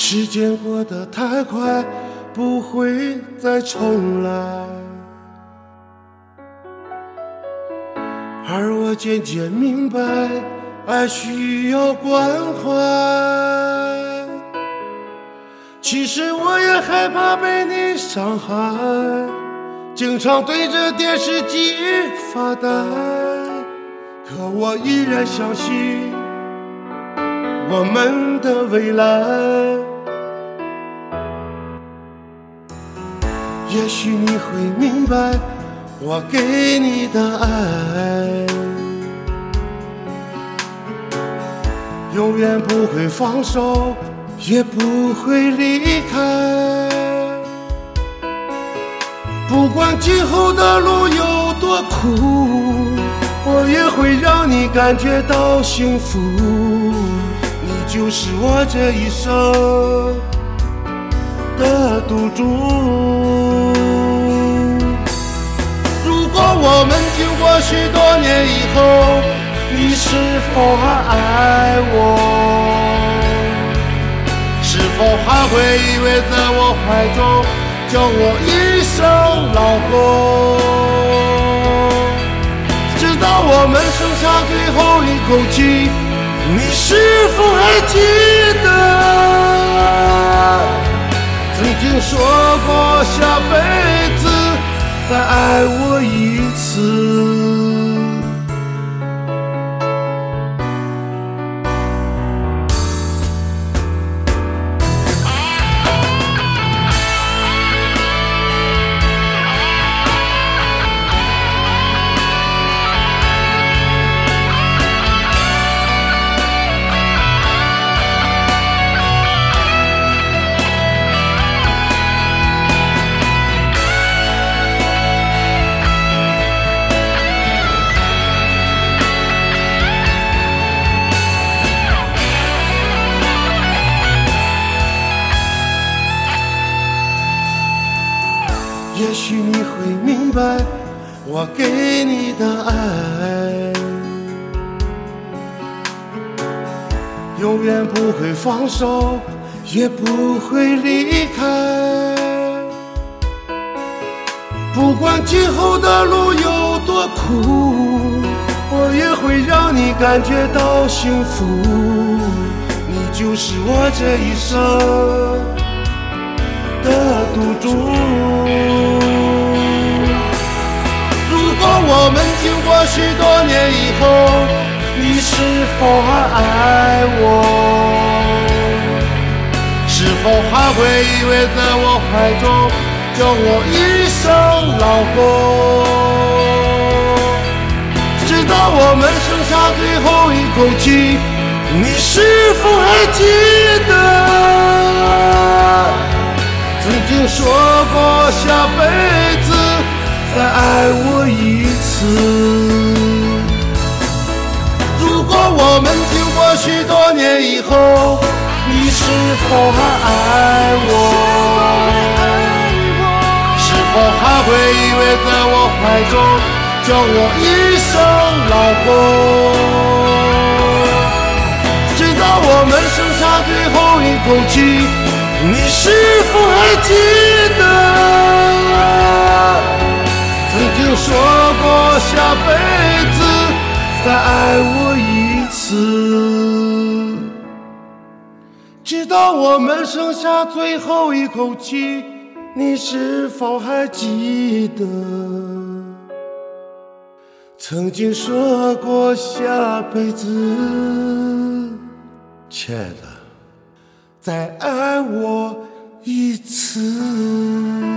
时间过得太快，不会再重来。而我渐渐明白，爱需要关怀。其实我也害怕被你伤害，经常对着电视机发呆。可我依然相信我们的未来。也许你会明白我给你的爱，永远不会放手，也不会离开。不管今后的路有多苦，我也会让你感觉到幸福。你就是我这一生的赌注。如果我们经过许多年以后，你是否还爱我？是否还会依偎在我怀中，叫我一声老公？直到我们剩下最后一口气，你是否还记得曾经说过下辈子再爱我一次？也许你会明白我给你的爱，永远不会放手，也不会离开。不管今后的路有多苦，我也会让你感觉到幸福。你就是我这一生的赌注。如果我们经过许多年以后，你是否还爱我？是否还会依偎在我怀中，叫我一声老公？直到我们剩下最后一口气，你是否还记得曾经说过下辈子再爱我一次？如果我们经过许多年以后，你是否还爱我？是否还会依偎在我怀中，叫我一声老公？直到我们剩下最后一口气，你是否还记得曾经说过下辈子再爱我一次？直到我们剩下最后一口气，你是否还记得曾经说过下辈子，亲爱的，再爱我一次？